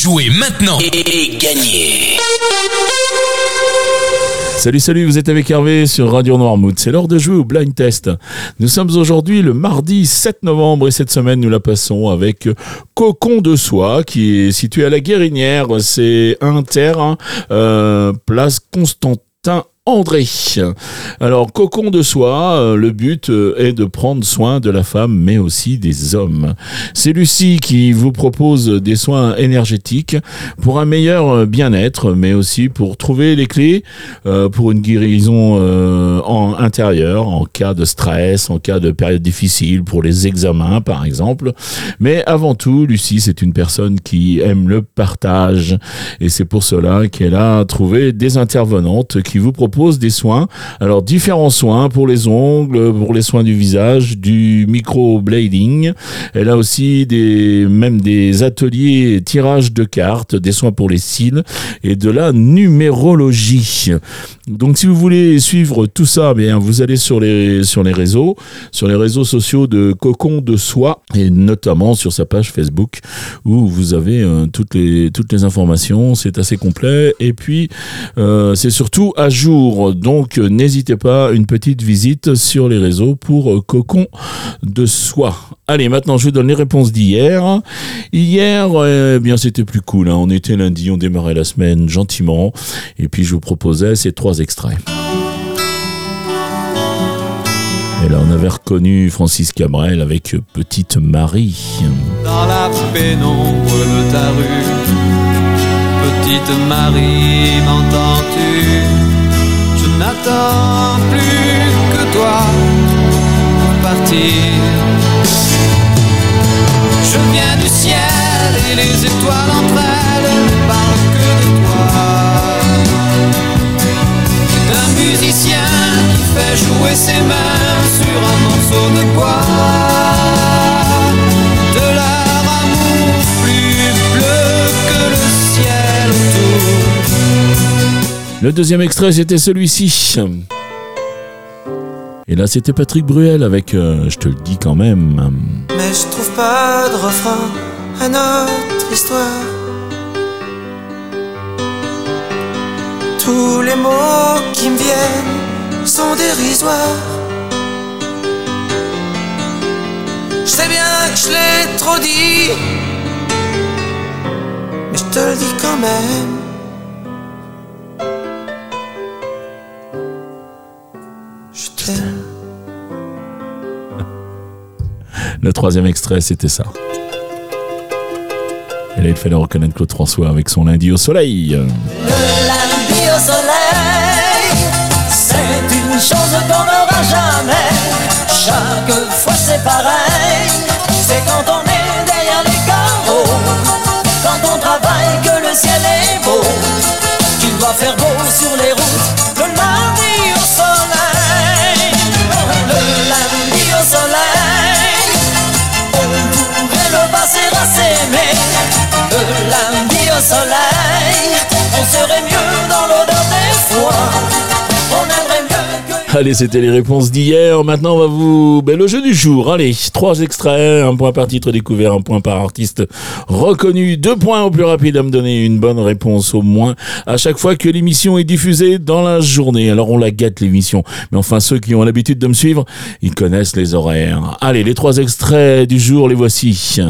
Jouez maintenant et gagnez. Salut, vous êtes avec Hervé sur Radio Noirmouth. C'est l'heure de jouer au blind test. Nous sommes aujourd'hui le mardi 7 novembre et cette semaine nous la passons avec Cocon de Soie qui est situé à la Guérinière. C'est un terrain, place Constantin André. Alors, Cocon de Soie, le but est de prendre soin de la femme, mais aussi des hommes. C'est Lucie qui vous propose des soins énergétiques pour un meilleur bien-être, mais aussi pour trouver les clés pour une guérison en intérieure, en cas de stress, en cas de période difficile, pour les examens, par exemple. Mais avant tout, Lucie, c'est une personne qui aime le partage, et c'est pour cela qu'elle a trouvé des intervenantes qui vous proposent des soins. Alors, différents soins pour les ongles, pour les soins du visage, du microblading. Elle a aussi même des ateliers tirage de cartes, des soins pour les cils et de la numérologie. Donc, si vous voulez suivre tout ça, bien, vous allez sur les réseaux sociaux de Cocon de Soie et notamment sur sa page Facebook où vous avez toutes les informations. C'est assez complet et puis c'est surtout à jour. Donc n'hésitez pas, une petite visite sur les réseaux pour Cocon de Soie. Allez, maintenant je vous donne les réponses d'hier. Hier, bien c'était plus cool, hein. On était lundi, on démarrait la semaine gentiment et puis je vous proposais ces 3 extraits. Et là on avait reconnu Francis Cabrel avec Petite Marie. Dans la pénombre de ta rue, Petite Marie, m'entends-tu? Je n'attends plus que toi pour partir. Je viens du ciel et les étoiles entre elles ne parlent que de toi. C'est un musicien qui fait jouer ses mains sur un morceau de bois. De leur amour plus bleu que le ciel autour. Le deuxième extrait, c'était celui-ci. Et là, c'était Patrick Bruel avec Je te le dis quand même. Mais je trouve pas de refrain à notre histoire. Tous les mots qui me viennent sont dérisoires. Je sais bien que je l'ai trop dit, mais je te le dis quand même. Le troisième extrait, c'était ça. Et là, il fallait reconnaître Claude François avec son Lundi au soleil. Le lundi au soleil, c'est une chose qu'on n'aura jamais. Chaque fois c'est pareil, c'est quand on est derrière les carreaux, quand on travaille que le ciel est beau, qu'il doit faire beau sur les routes. Le lundi au soleil, le lundi au soleil, on pourrait le passer à s'aimer. Le lundi au soleil, on serait mieux dans l'odeur des foins. On aimerait mieux que... Allez, c'était les réponses d'hier. Maintenant, on va vous... le jeu du jour. Allez, 3 extraits, 1 point par titre découvert, 1 point par artiste reconnu, 2 points au plus rapide à me donner une bonne réponse au moins à chaque fois que l'émission est diffusée dans la journée. Alors, on la gâte l'émission. Mais enfin, ceux qui ont l'habitude de me suivre, ils connaissent les horaires. Allez, les 3 extraits du jour, les voici.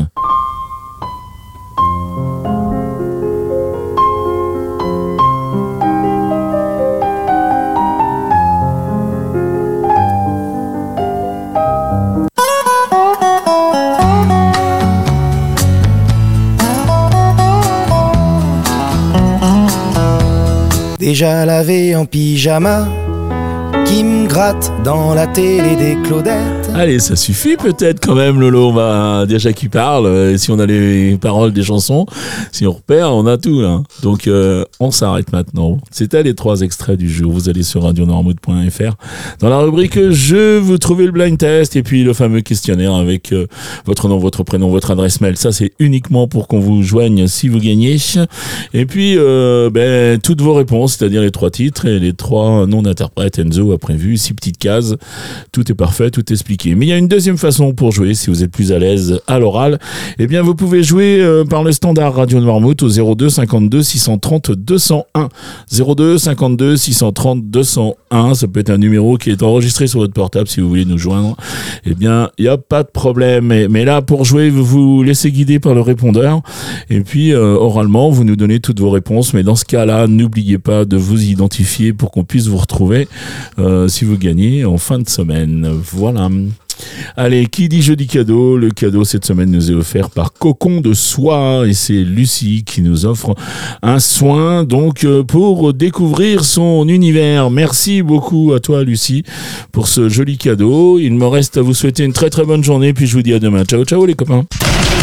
Déjà lavé en pyjama, qui me gratte dans la télé des Claudettes. Allez, ça suffit peut-être quand même, Lolo. On va déjà qui parle. Si on a les paroles des chansons, si on repère, on a tout là. Donc on s'arrête maintenant. C'était les 3 extraits du jour. Vous allez sur radionoirmouth.fr. Dans la rubrique Je, vous trouvez le blind test et puis le fameux questionnaire avec votre nom, votre prénom, votre adresse mail. Ça, c'est uniquement pour qu'on vous joigne si vous gagnez. Et puis toutes vos réponses, c'est-à-dire les 3 titres et les 3 noms d'interprètes. Enzo a prévu 6 petites cases. Tout est parfait, tout est expliqué. compliqué. Mais il y a une deuxième façon pour jouer, si vous êtes plus à l'aise à l'oral. Eh bien, vous pouvez jouer par le standard Radio Noirmouth au 02 52 630 201. 02 52 630 201. Ça peut être un numéro qui est enregistré sur votre portable si vous voulez nous joindre. Eh bien, il n'y a pas de problème. Mais là, pour jouer, vous vous laissez guider par le répondeur. Et puis, oralement, vous nous donnez toutes vos réponses. Mais dans ce cas-là, n'oubliez pas de vous identifier pour qu'on puisse vous retrouver si vous gagnez en fin de semaine. Voilà. Allez, qui dit jeudi cadeau? Le cadeau cette semaine nous est offert par Cocon de Soie et c'est Lucie qui nous offre un soin donc pour découvrir son univers. Merci beaucoup à toi Lucie pour ce joli cadeau. Il me reste à vous souhaiter une très très bonne journée puis je vous dis à demain. Ciao ciao les copains.